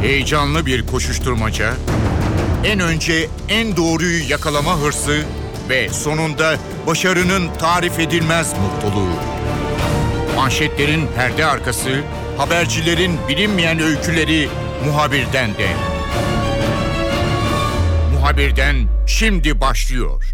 Heyecanlı bir koşuşturmaca, en önce en doğruyu yakalama hırsı ve sonunda başarının tarif edilmez mutluluğu. Manşetlerin perde arkası, habercilerin bilinmeyen öyküleri Muhabir'den de. Muhabir'den şimdi başlıyor.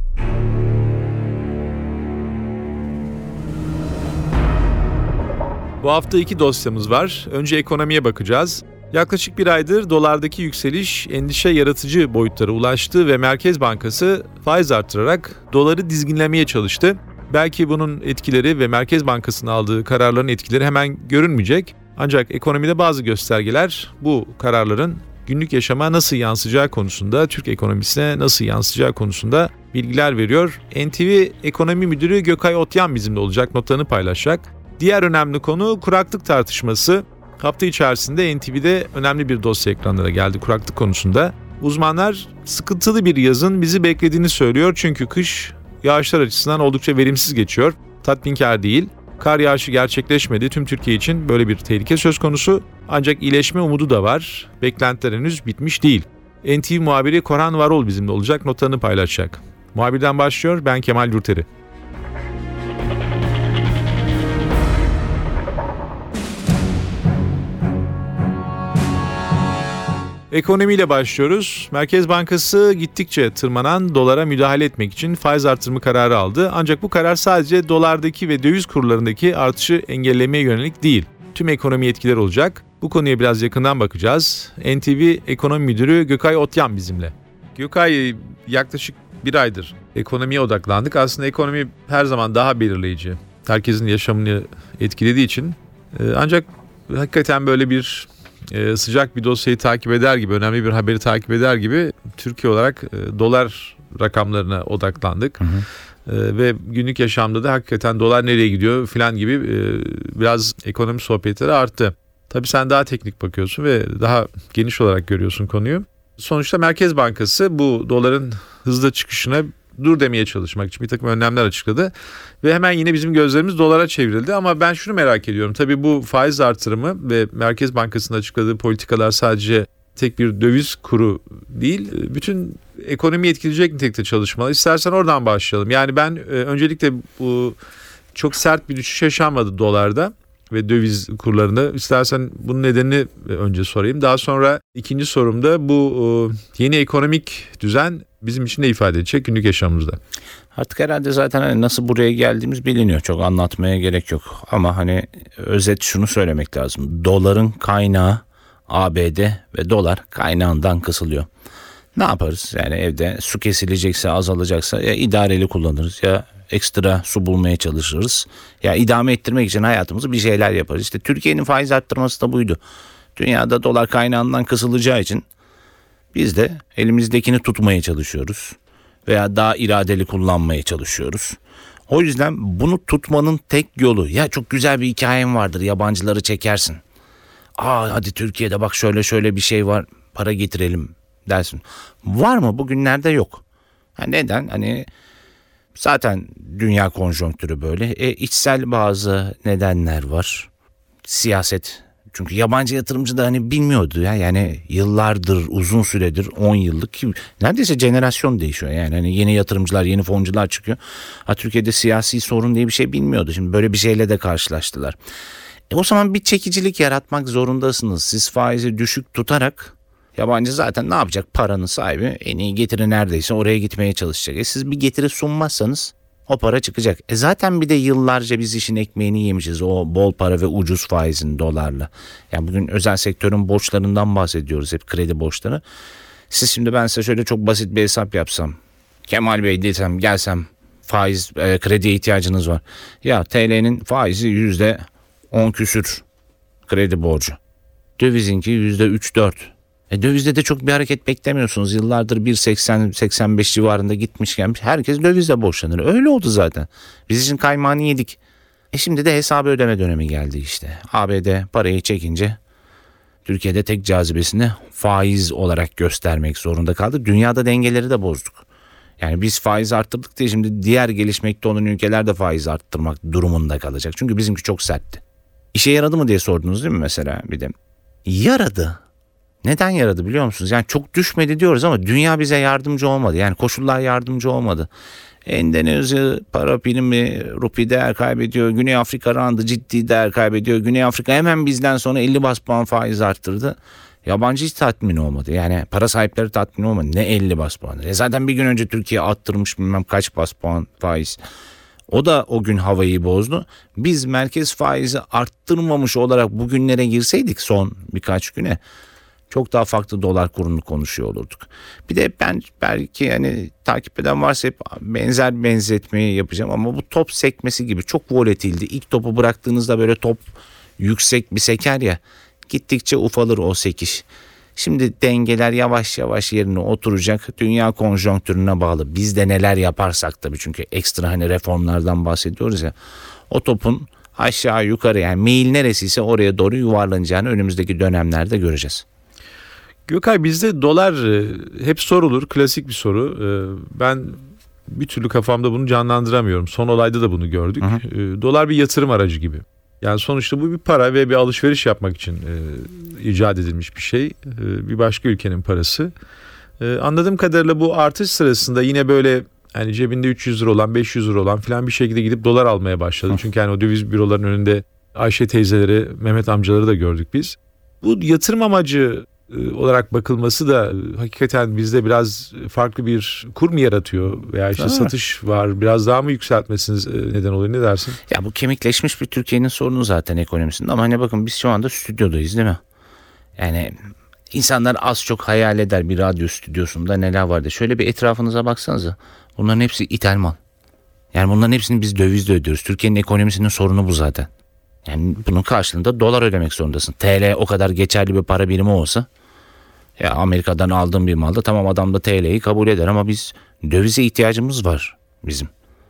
Bu hafta 2 dosyamız var. Önce ekonomiye bakacağız. Yaklaşık bir aydır dolardaki yükseliş endişe yaratıcı boyutlara ulaştı ve Merkez Bankası faiz artırarak doları dizginlemeye çalıştı. Belki bunun etkileri ve Merkez Bankası'nın aldığı kararların etkileri hemen görünmeyecek. Ancak ekonomide bazı göstergeler bu kararların günlük yaşama nasıl yansıyacağı konusunda, Türk ekonomisine nasıl yansıyacağı konusunda bilgiler veriyor. NTV Ekonomi Müdürü Gökay Otyan bizimle olacak, notlarını paylaşacak. Diğer önemli konu kuraklık tartışması. Hafta içerisinde NTV'de önemli bir dosya ekranlara geldi kuraklık konusunda. Uzmanlar sıkıntılı bir yazın bizi beklediğini söylüyor çünkü kış yağışlar açısından oldukça verimsiz geçiyor. Tatminkar değil. Kar yağışı gerçekleşmedi. Tüm Türkiye için böyle bir tehlike söz konusu. Ancak iyileşme umudu da var. Beklentiler henüz bitmiş değil. NTV muhabiri Korhan Varol bizimle olacak, notlarını paylaşacak. Muhabirden başlıyor, ben Kemal Gürteri. Ekonomiyle başlıyoruz. Merkez Bankası gittikçe tırmanan dolara müdahale etmek için faiz artırımı kararı aldı. Ancak bu karar sadece dolardaki ve döviz kurlarındaki artışı engellemeye yönelik değil. Tüm ekonomi etkileri olacak. Bu konuya biraz yakından bakacağız. NTV Ekonomi Müdürü Gökay Otyan bizimle. Gökay, yaklaşık bir aydır ekonomiye odaklandık. Aslında ekonomi her zaman daha belirleyici. Herkesin yaşamını etkilediği için. Ancak hakikaten böyle bir sıcak bir dosyayı takip eder gibi, önemli bir haberi takip eder gibi Türkiye olarak dolar rakamlarına odaklandık. Ve günlük yaşamda da hakikaten dolar nereye gidiyor falan gibi biraz ekonomi sohbetleri arttı. Tabii sen daha teknik bakıyorsun ve daha geniş olarak görüyorsun konuyu. Sonuçta Merkez Bankası bu doların hızlı çıkışına dur demeye çalışmak için bir takım önlemler açıkladı. Ve hemen yine bizim gözlerimiz dolara çevrildi. Ama ben şunu merak ediyorum. Tabii bu faiz artırımı ve Merkez Bankası'nın açıkladığı politikalar sadece tek bir döviz kuru değil, bütün ekonomiyi etkileyecek nitelikte çalışmalar. İstersen oradan başlayalım. Yani ben öncelikle bu çok sert bir düşüş yaşanmadı dolarda ve döviz kurlarında. İstersen bunun nedenini önce sorayım. Daha sonra ikinci sorumda bu yeni ekonomik düzen bizim için ne ifade edecek günlük yaşamımızda? Artık herhalde zaten hani nasıl buraya geldiğimiz biliniyor. Çok anlatmaya gerek yok. Ama hani özet şunu söylemek lazım. Doların kaynağı ABD ve dolar kaynağından kısılıyor. Ne yaparız? Yani evde su kesilecekse, azalacaksa ya idareli kullanırız ya ekstra su bulmaya çalışırız. Ya idame ettirmek için hayatımızı bir şeyler yaparız. İşte Türkiye'nin faiz arttırması da buydu. Dünyada dolar kaynağından kısılacağı için biz de elimizdekini tutmaya çalışıyoruz. Veya daha iradeli kullanmaya çalışıyoruz. O yüzden bunu tutmanın tek yolu, ya çok güzel bir hikayem vardır, yabancıları çekersin. Hadi Türkiye'de bak şöyle bir şey var, para getirelim dersin. Var mı? Bugünlerde yok. Neden? Hani zaten dünya konjonktürü böyle. İçsel bazı nedenler var. Siyaset. Çünkü yabancı yatırımcı da hani bilmiyordu ya. Yani yıllardır, uzun süredir, 10 yıllık ki neredeyse jenerasyon değişiyor. Yani hani yeni yatırımcılar, yeni foncular çıkıyor. Türkiye'de siyasi sorun diye bir şey bilmiyordu. Şimdi böyle bir şeyle de karşılaştılar. O zaman bir çekicilik yaratmak zorundasınız. Siz faizi düşük tutarak yabancı zaten ne yapacak? Paranın sahibi en iyi getiri neredeyse oraya gitmeye çalışacak. Siz bir getiri sunmazsanız o para çıkacak. Zaten bir de yıllarca biz işin ekmeğini yemişiz o bol para ve ucuz faizin dolarla. Yani bugün özel sektörün borçlarından bahsediyoruz, hep kredi borçları. Siz şimdi ben size şöyle çok basit bir hesap yapsam. Kemal Bey desem, gelsem faiz krediye ihtiyacınız var. Ya TL'nin faizi %10 küsür kredi borcu. Dövizinki %3-4. Dövizde de çok bir hareket beklemiyorsunuz. Yıllardır 1.80-85 civarında gitmişken herkes dövizle borçlanır. Öyle oldu zaten. Biz için kaymağını yedik. Şimdi de hesabı ödeme dönemi geldi işte. ABD parayı çekince Türkiye'de tek cazibesini faiz olarak göstermek zorunda kaldı. Dünyada dengeleri de bozduk. Yani biz faiz arttırdık diye şimdi diğer gelişmekte olan ülkeler de faiz arttırmak durumunda kalacak. Çünkü bizimki çok sertti. İşe yaradı mı diye sordunuz değil mi mesela bir de? Yaradı. Neden yaradı biliyor musunuz? Yani çok düşmedi diyoruz ama dünya bize yardımcı olmadı. Yani koşullar yardımcı olmadı. Endonezya para birimi rupi değer kaybediyor. Güney Afrika randı ciddi değer kaybediyor. Güney Afrika hemen bizden sonra 50 bas puan faiz arttırdı. Yabancı hiç tatmin olmadı. Yani para sahipleri tatmin olmadı. Ne 50 bas puan. Zaten bir gün önce Türkiye arttırmış bilmem kaç bas puan faiz. O da o gün havayı bozdu. Biz merkez faizi arttırmamış olarak bugünlere girseydik son birkaç güne çok daha farklı dolar kurunu konuşuyor olurduk. Bir de ben belki yani takip eden varsa hep benzer benzetmeyi yapacağım ama bu top sekmesi gibi çok volatildi. İlk topu bıraktığınızda böyle top yüksek bir seker ya, gittikçe ufalır o sekiş. Şimdi dengeler yavaş yavaş yerine oturacak. Dünya konjonktürüne bağlı. Biz de neler yaparsak tabii, çünkü ekstra hani reformlardan bahsediyoruz ya. O topun aşağı yukarı yani meyil neresiyse oraya doğru yuvarlanacağını önümüzdeki dönemlerde göreceğiz. Gökay, bizde dolar hep sorulur. Klasik bir soru. Ben bir türlü kafamda bunu canlandıramıyorum. Son olayda da bunu gördük. Dolar bir yatırım aracı gibi. Yani sonuçta bu bir para ve bir alışveriş yapmak için icat edilmiş bir şey. Bir başka ülkenin parası. Anladığım kadarıyla bu artış sırasında yine böyle hani cebinde 300 lira olan 500 lira olan filan bir şekilde gidip dolar almaya başladı. Çünkü hani o döviz bürolarının önünde Ayşe teyzeleri, Mehmet amcaları da gördük biz. Bu yatırım amacı olarak bakılması da hakikaten bizde biraz farklı bir kur mu yaratıyor veya işte satış var, biraz daha mı yükseltmesiniz neden oluyor, ne dersin? Ya bu kemikleşmiş bir Türkiye'nin sorunu zaten ekonomisinde ama hani bakın biz şu anda stüdyodayız değil mi? Yani insanlar az çok hayal eder bir radyo stüdyosunda neler vardı. Şöyle bir etrafınıza baksanıza, bunların hepsi ithal mal. Yani bunların hepsini biz dövizle ödüyoruz. Türkiye'nin ekonomisinin sorunu bu zaten. Yani bunun karşılığında dolar ödemek zorundasın. TL o kadar geçerli bir para birimi olsa, ya Amerika'dan aldığım bir malda tamam adam da TL'yi kabul eder ama biz dövize ihtiyacımız var bizim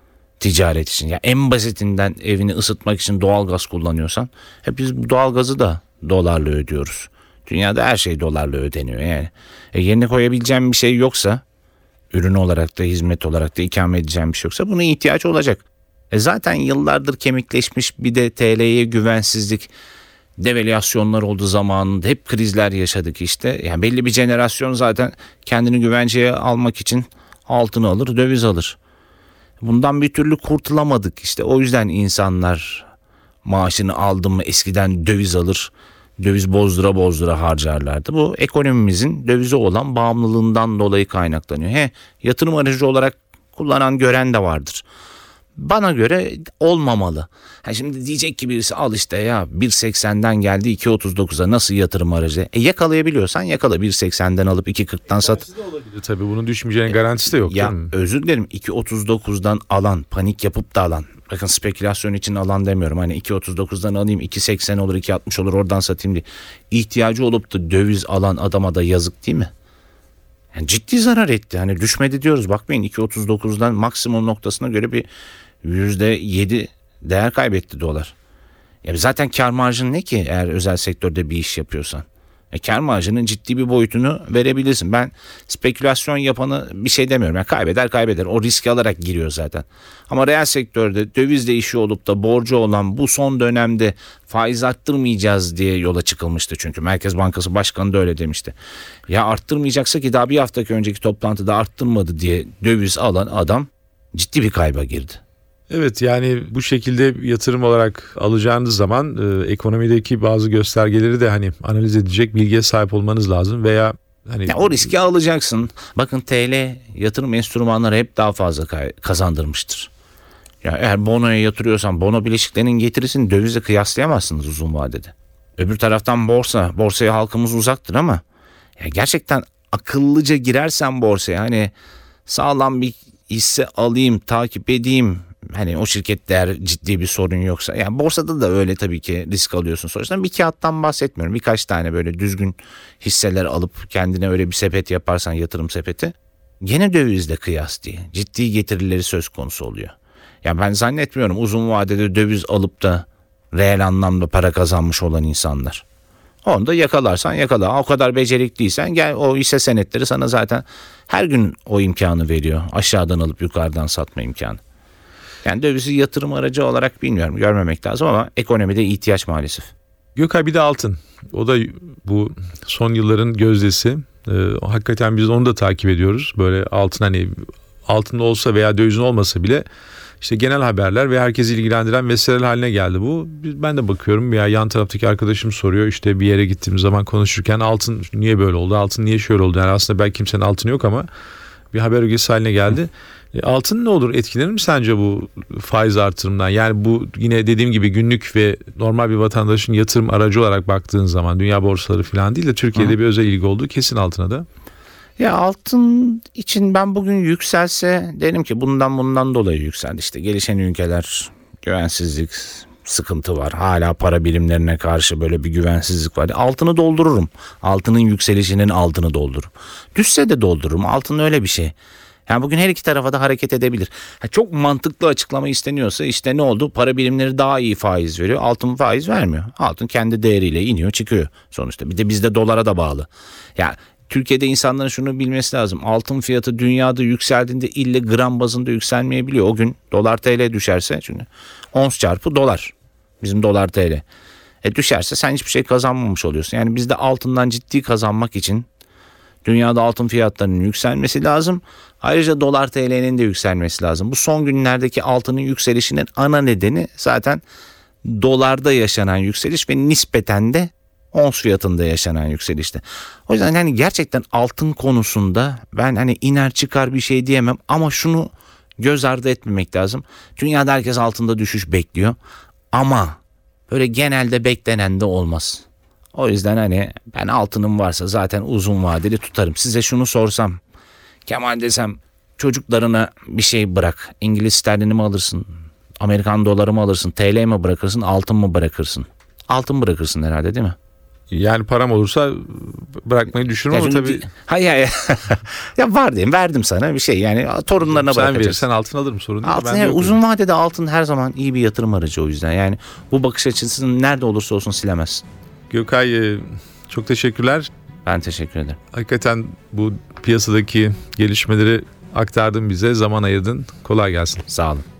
ticaret için. Ya en basitinden evini ısıtmak için doğalgaz kullanıyorsan biz bu doğalgazı da dolarla ödüyoruz. Dünyada her şey dolarla ödeniyor yani. Yerine koyabileceğim bir şey yoksa, ürün olarak da hizmet olarak da ikame edeceğim bir şey yoksa buna ihtiyaç olacak. Zaten yıllardır kemikleşmiş bir de TL'ye güvensizlik, devalüasyonlar oldu zamanında, hep krizler yaşadık işte. Yani belli bir jenerasyon zaten kendini güvenceye almak için altını alır, döviz alır. Bundan bir türlü kurtulamadık işte. O yüzden insanlar maaşını aldı mı eskiden döviz alır, döviz bozdura bozdura harcarlardı. Bu ekonomimizin dövize olan bağımlılığından dolayı kaynaklanıyor. Yatırım aracı olarak kullanan gören de vardır. Bana göre olmamalı. Şimdi diyecek ki birisi al işte ya 1.80'den geldi 2.39'a nasıl yatırım aracı? Yakalayabiliyorsan yakala, 1.80'den alıp 2.40'dan sat. Garantisi de olabilir tabii, bunun düşmeyeceğinin garantisi de yok. Ya özür dilerim, 2.39'dan alan, panik yapıp da alan. Bakın spekülasyon için alan demiyorum. Hani 2.39'dan alayım 2.80 olur 2.60 olur oradan satayım diye. İhtiyacı olup da döviz alan adama da yazık değil mi? Yani ciddi zarar etti. Hani düşmedi diyoruz. Bakmayın 2.39'dan maksimum noktasına göre bir %7 değer kaybetti dolar. Ya zaten kar marjın ne ki eğer özel sektörde bir iş yapıyorsan? Kar marjının ciddi bir boyutunu verebilirsin. Ben spekülasyon yapanı bir şey demiyorum. Yani kaybeder. O riski alarak giriyor zaten. Ama reel sektörde dövizle işi olup da borcu olan bu son dönemde faiz arttırmayacağız diye yola çıkılmıştı. Çünkü Merkez Bankası Başkanı da öyle demişti. Ya arttırmayacaksa ki daha bir hafta önceki toplantıda arttırmadı diye döviz alan adam ciddi bir kayba girdi. Evet, yani bu şekilde yatırım olarak alacağınız zaman ekonomideki bazı göstergeleri de hani analiz edecek bilgiye sahip olmanız lazım veya hani o riski alacaksın. Bakın TL yatırım enstrümanları hep daha fazla kazandırmıştır. Ya eğer bonoya yatırıyorsan bono bileşiklerinin getirisini dövizle kıyaslayamazsınız uzun vadede. Öbür taraftan borsaya halkımız uzaktır ama ya gerçekten akıllıca girersen borsaya, hani sağlam bir hisse alayım, takip edeyim. Hani o şirkette eğer ciddi bir sorun yoksa, yani borsada da öyle tabii ki risk alıyorsun sonuçta. Bir kağıttan bahsetmiyorum. Birkaç tane böyle düzgün hisseler alıp kendine öyle bir sepet yaparsan, yatırım sepeti, gene dövizle kıyas diye ciddi getirileri söz konusu oluyor. Yani ben zannetmiyorum uzun vadede döviz alıp da reel anlamda para kazanmış olan insanlar. Onu da yakalarsan yakala. O kadar becerikliysen gel, o hisse senetleri sana zaten her gün o imkanı veriyor. Aşağıdan alıp yukarıdan satma imkanı. Yani dövizi yatırım aracı olarak bilmiyorum, görmemek lazım ama ekonomide ihtiyaç maalesef. Gökay, bir de altın. O da bu son yılların gözdesi. Hakikaten biz onu da takip ediyoruz. Böyle altın, hani altında olsa veya dövizin olmasa bile işte genel haberler ve herkesi ilgilendiren meseleler haline geldi bu. Ben de bakıyorum, ya yan taraftaki arkadaşım soruyor, işte bir yere gittiğim zaman konuşurken altın niye böyle oldu, altın niye şöyle oldu. Yani aslında belki kimsenin altını yok ama bir haber ögesi haline geldi. Altın ne olur, etkilenir mi sence bu faiz artırımından? Yani bu yine dediğim gibi günlük ve normal bir vatandaşın yatırım aracı olarak baktığın zaman dünya borsaları falan değil de Türkiye'de bir özel ilgi olduğu kesin altına da. Ya altın için ben bugün yükselse derim ki bundan dolayı yükseldi. İşte gelişen ülkeler, güvensizlik, sıkıntı var. Hala para birimlerine karşı böyle bir güvensizlik var. Altını doldururum. Altının yükselişinin altını doldururum. Düşse de doldururum. Altın öyle bir şey. Yani bugün her iki tarafa da hareket edebilir. Çok mantıklı açıklama isteniyorsa işte ne oldu? Para birimleri daha iyi faiz veriyor. Altın faiz vermiyor. Altın kendi değeriyle iniyor çıkıyor sonuçta. Bir de bizde dolara da bağlı. Ya Türkiye'de insanların şunu bilmesi lazım. Altın fiyatı dünyada yükseldiğinde ille gram bazında yükselmeyebiliyor. O gün dolar TL düşerse, çünkü ons çarpı dolar. Bizim dolar TL. Düşerse sen hiçbir şey kazanmamış oluyorsun. Yani bizde altından ciddi kazanmak için dünyada altın fiyatlarının yükselmesi lazım. Ayrıca dolar TL'nin de yükselmesi lazım. Bu son günlerdeki altının yükselişinin ana nedeni zaten dolarda yaşanan yükseliş ve nispeten de ons fiyatında yaşanan yükselişte. O yüzden hani gerçekten altın konusunda ben hani iner çıkar bir şey diyemem ama şunu göz ardı etmemek lazım. Dünyada herkes altında düşüş bekliyor ama böyle genelde beklenen de olmaz. O yüzden hani ben altınım varsa zaten uzun vadeli tutarım. Size şunu sorsam, Kemal desem çocuklarına bir şey bırak. İngiliz sterlini mi alırsın? Amerikan doları mı alırsın? TL mi bırakırsın? Altın mı bırakırsın? Altın bırakırsın herhalde, değil mi? Yani param olursa bırakmayı düşünürüm ama tabii. Hayır. Ya var diyeyim, verdim sana bir şey. Yani torunlarına sen bırakacaksın. verirsen altın alırım, sorun değil. Altın, uzun vadede altın her zaman iyi bir yatırım aracı o yüzden. Yani bu bakış açısını nerede olursa olsun silemez. Gökay, çok teşekkürler. Ben teşekkür ederim. Hakikaten bu piyasadaki gelişmeleri aktardın bize, zaman ayırdın. Kolay gelsin. Sağ olun.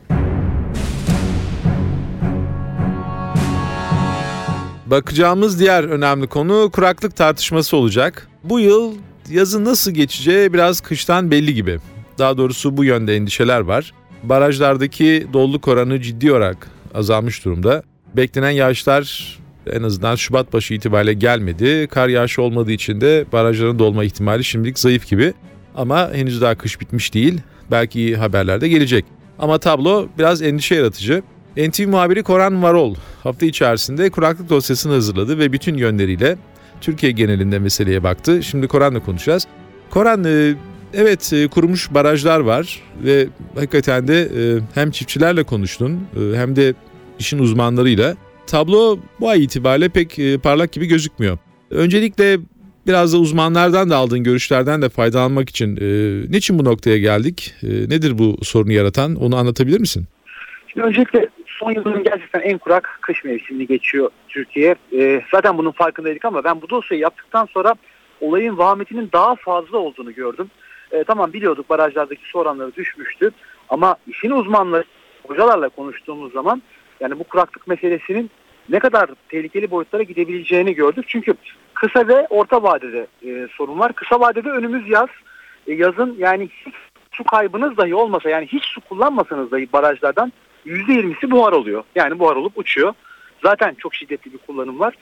Bakacağımız diğer önemli konu kuraklık tartışması olacak. Bu yıl yazın nasıl geçeceği biraz kıştan belli gibi. Daha doğrusu bu yönde endişeler var. Barajlardaki doluluk oranı ciddi olarak azalmış durumda. Beklenen yağışlar en azından Şubat başı itibariyle gelmedi. Kar yağışı olmadığı için de barajların dolma ihtimali şimdilik zayıf gibi. Ama henüz daha kış bitmiş değil. Belki iyi haberler de gelecek. Ama tablo biraz endişe yaratıcı. NTV muhabiri Koran Varol hafta içerisinde kuraklık dosyasını hazırladı ve bütün yönleriyle Türkiye genelinde meseleye baktı. Şimdi Koran'la konuşacağız. Koran, evet, kurumuş barajlar var ve hakikaten de hem çiftçilerle konuştun hem de işin uzmanlarıyla. Tablo bu ay itibariyle pek parlak gibi gözükmüyor. Öncelikle biraz da uzmanlardan da aldığın görüşlerden de faydalanmak için niçin bu noktaya geldik? Nedir bu sorunu yaratan? Onu anlatabilir misin? Şimdi öncelikle son yılların gerçekten en kurak kış mevsimini geçiyor Türkiye. Zaten bunun farkındaydık ama ben bu dosyayı yaptıktan sonra olayın vahametinin daha fazla olduğunu gördüm. Tamam, biliyorduk barajlardaki su oranları düşmüştü ama işin uzmanları, hocalarla konuştuğumuz zaman yani bu kuraklık meselesinin ne kadar tehlikeli boyutlara gidebileceğini gördük. Çünkü kısa ve orta vadede sorun var. Kısa vadede önümüz yaz. Yazın yani hiç su kaybınız dahi olmasa, yani hiç su kullanmasanız dahi barajlardan %20'si buhar oluyor. Yani buhar olup uçuyor. Zaten çok şiddetli bir kullanım var.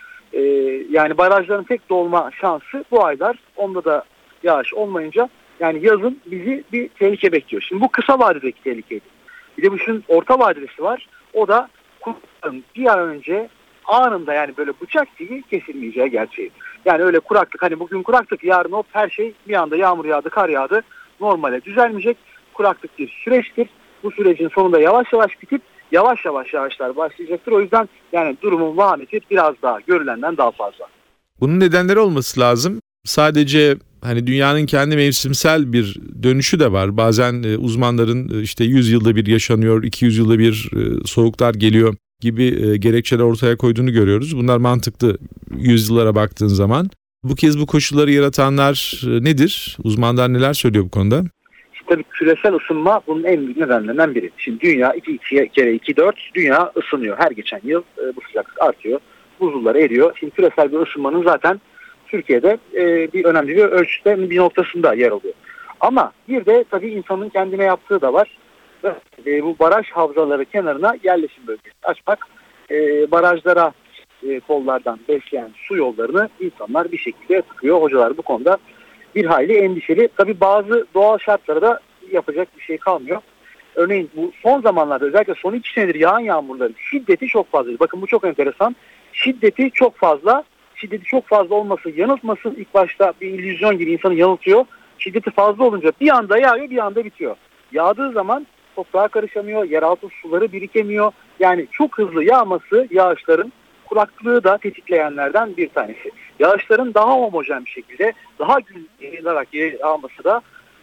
Yani barajların tek dolma şansı bu aylar. Onda da yağış olmayınca yani yazın bizi bir tehlike bekliyor. Şimdi bu kısa vadedeki tehlikeydi. Bir de bu işin orta vadesi var. O da kullanım bir an önce anında, yani böyle bıçak gibi kesilmeyeceği gerçeği. Yani öyle kuraklık, hani bugün kuraklık, yarın hop her şey bir anda yağmur yağdı, kar yağdı, normale düzelmeyecek. Kuraklık bir süreçtir. Bu sürecin sonunda yavaş yavaş bitip yavaş yavaş yağışlar başlayacaktır. O yüzden yani durumun vahameti biraz daha görülenden daha fazla. Bunun nedenleri olması lazım. Sadece hani dünyanın kendi mevsimsel bir dönüşü de var. Bazen uzmanların işte 100 yılda bir yaşanıyor, 200 yılda bir soğuklar geliyor gibi gerekçeler ortaya koyduğunu görüyoruz. Bunlar mantıklı yüzyıllara baktığın zaman. Bu kez bu koşulları yaratanlar nedir? Uzmanlar neler söylüyor bu konuda? Tabii küresel ısınma bunun en büyük nedenlerinden biri. Şimdi dünya 2 kere 2 4 dünya ısınıyor. Her geçen yıl bu sıcaklık artıyor. buzullar eriyor. Şimdi küresel bir ısınmanın zaten Türkiye'de bir önemli bir ölçüde bir noktasında yer alıyor. Ama bir de tabii insanın kendine yaptığı da var. Bu baraj havzaları kenarına yerleşim bölgesi açmak, barajlara kollardan besleyen su yollarını insanlar bir şekilde tıkıyor. Hocalar bu konuda bir hayli endişeli. Tabii bazı doğal şartlara da yapacak bir şey kalmıyor. Örneğin bu son zamanlarda özellikle son 2 senedir yağan yağmurların şiddeti çok fazla. Bakın bu çok enteresan. Şiddeti çok fazla. Şiddeti çok fazla olması, yanıltması ilk başta bir illüzyon gibi insanı yanıltıyor. Şiddeti fazla olunca bir anda yağıyor, bir anda bitiyor. Yağdığı zaman toprağa karışamıyor, yeraltı suları birikemiyor. Yani çok hızlı yağması yağışların kuraklığı da tetikleyenlerden bir tanesi. Yağışların daha homojen bir şekilde, daha gün yayılarak yağması da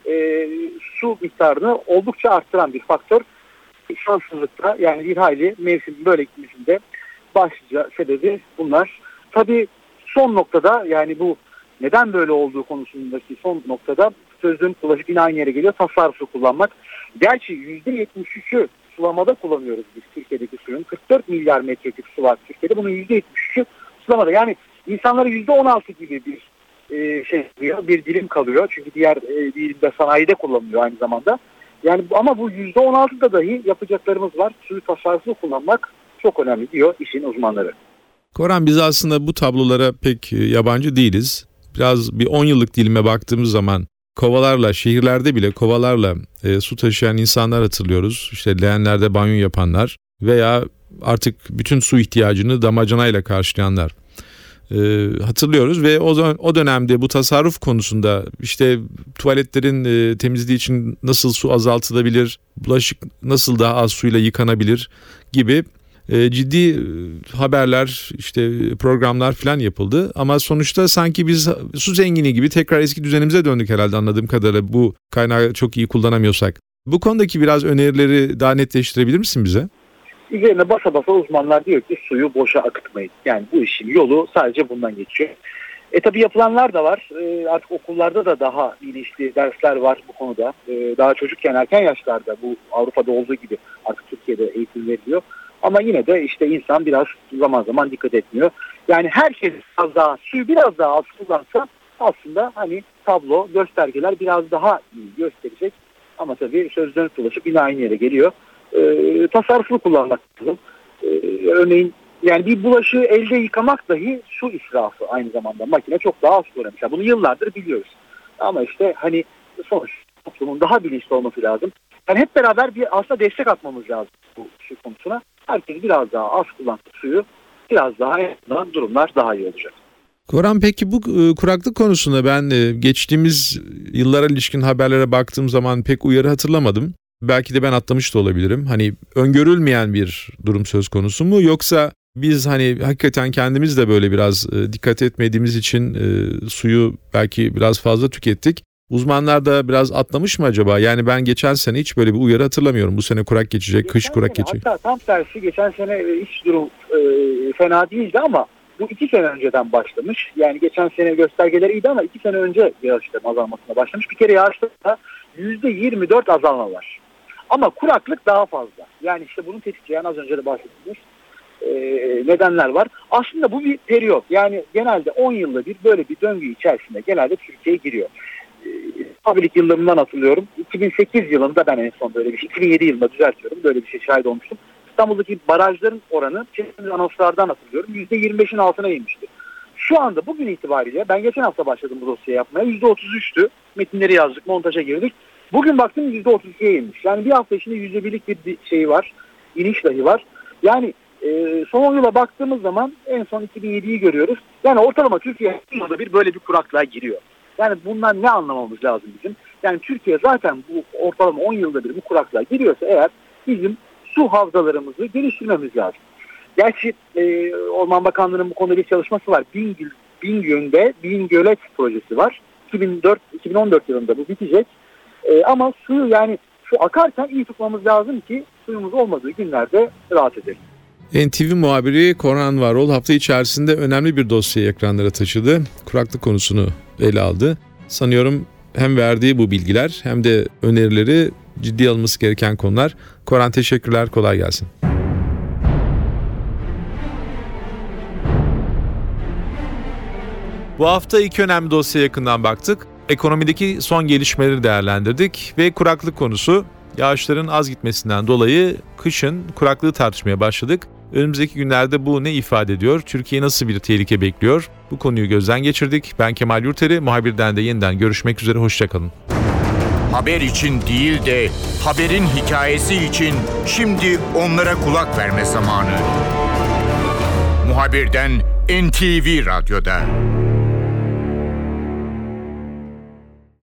su miktarını oldukça arttıran bir faktör. Şanssızlıkta yani bir hayli mevsim böyle gitmesinde başlıca sebebi bunlar. Tabii son noktada yani bu neden böyle olduğu konusundaki son noktada sözün ulaşıp yine aynı yere geliyor. Tasarrufu kullanmak. Gerçi %73'ü sulamada kullanıyoruz biz Türkiye'deki suyun. 44 milyar metreküp su var Türkiye'de. Bunun %73'ü sulamada. Yani insanlara %16 gibi bir dilim kalıyor. Çünkü diğer dilimde sanayide kullanılıyor aynı zamanda. Yani ama bu %16'da dahi yapacaklarımız var. Suyu tasarruflu kullanmak çok önemli diyor işin uzmanları. Koran, biz aslında bu tablolara pek yabancı değiliz. Biraz bir 10 yıllık dilime baktığımız zaman kovalarla, şehirlerde bile kovalarla su taşıyan insanlar hatırlıyoruz. İşte leğenlerde banyo yapanlar veya artık bütün su ihtiyacını damacanayla karşılayanlar hatırlıyoruz ve o dönemde bu tasarruf konusunda işte tuvaletlerin temizliği için nasıl su azaltılabilir, bulaşık nasıl daha az suyla yıkanabilir gibi ciddi haberler, işte programlar falan yapıldı. Ama sonuçta sanki biz su zengini gibi tekrar eski düzenimize döndük herhalde, anladığım kadarıyla, bu kaynağı çok iyi kullanamıyorsak. Bu konudaki biraz önerileri daha netleştirebilir misin bize? Üzerine basa basa uzmanlar diyor ki suyu boşa akıtmayın. Yani bu işin yolu sadece bundan geçiyor. Tabii yapılanlar da var. Artık okullarda da daha bilinçli dersler var bu konuda. Daha çocukken, erken yaşlarda, bu Avrupa'da olduğu gibi artık Türkiye'de eğitim veriliyor. Ama yine de işte insan biraz zaman zaman dikkat etmiyor. Yani herkes suyu biraz daha az kullansa aslında hani tablo, göstergeler biraz daha iyi gösterecek. Ama tabii söz dönüp dolaşıp yine aynı yere geliyor. Tasarruflu kullanmak lazım. Örneğin yani bir bulaşığı elde yıkamak dahi su israfı aynı zamanda. Makine çok daha az kullanıyor. Bunu yıllardır biliyoruz. Ama işte hani sonuç toplumun daha bilinçli olması lazım. Yani hep beraber aslında destek atmamız lazım bu su konusuna. Herkes biraz daha az kullansın suyu, biraz daha durumlar daha iyi olacak. Koran, peki bu kuraklık konusunda ben geçtiğimiz yıllara ilişkin haberlere baktığım zaman pek uyarı hatırlamadım. Belki de ben atlamış da olabilirim. Hani öngörülmeyen bir durum söz konusu mu, yoksa biz hani hakikaten kendimiz de böyle biraz dikkat etmediğimiz için suyu belki biraz fazla tükettik. Uzmanlar da biraz atlamış mı acaba? Yani ben geçen sene hiç böyle bir uyarı hatırlamıyorum. Bu sene kurak geçecek, kış kurak geçecek. Hatta tam tersi, geçen sene hiç durum fena değildi ama bu 2 sene önceden başlamış. Yani geçen sene göstergeleri iyiydi ama 2 sene önce yağışların azalmasına başlamış. Bir kere yağışlarda %24 azalma var. Ama kuraklık daha fazla. Yani işte bunu tetikleyen az önce de bahsettiğimiz nedenler var. Aslında bu bir periyot. Yani genelde 10 yılda bir böyle bir döngü içerisinde genelde Türkiye giriyor. Abilik yıllarından hatırlıyorum. 2008 yılında ben en son böyle bir şey, 2007 yılında düzeltiyorum, böyle bir şey şahit olmuştum. İstanbul'daki barajların oranı çeşitli anonslardan hatırlıyorum, %25'in altına inmişti. Şu anda bugün itibariyle, ben geçen hafta başladım bu dosyayı yapmaya, %33'tü. Metinleri yazdık, montaja girdik. Bugün baktım %32'ye inmiş. Yani bir hafta içinde %1'lik bir şey var, iniş dahi var. Yani son 10 yıla baktığımız zaman en son 2007'yi görüyoruz. Yani ortalama Türkiye yılda bir böyle bir kuraklığa giriyor. Yani bundan ne anlamamız lazım bizim? Yani Türkiye zaten bu ortalama 10 yılda bir bu kuraklığa giriyorsa eğer, bizim su havzalarımızı geliştirmemiz lazım. Gerçi Orman Bakanlığı'nın bu konuda bir çalışması var. Bingölet projesi var. 2014 yılında bu bitecek. Ama suyu, yani su akarken iyi tutmamız lazım ki suyumuz olmadığı günlerde rahat edelim. NTV muhabiri Koran Varol hafta içerisinde önemli bir dosyayı ekranlara taşıdı. Kuraklık konusunu ele aldı. Sanıyorum hem verdiği bu bilgiler hem de önerileri ciddiye alınması gereken konular. Koran, teşekkürler, kolay gelsin. Bu hafta iki önemli dosyaya yakından baktık. Ekonomideki son gelişmeleri değerlendirdik ve kuraklık konusu. Yağışların az gitmesinden dolayı kışın kuraklığı tartışmaya başladık. Önümüzdeki günlerde bu ne ifade ediyor? Türkiye nasıl bir tehlike bekliyor? Bu konuyu gözden geçirdik. Ben Kemal Yurteri, Muhabir'den de yeniden görüşmek üzere. Hoşçakalın. Haber için değil de haberin hikayesi için şimdi onlara kulak verme zamanı. Muhabirden NTV Radyo'da.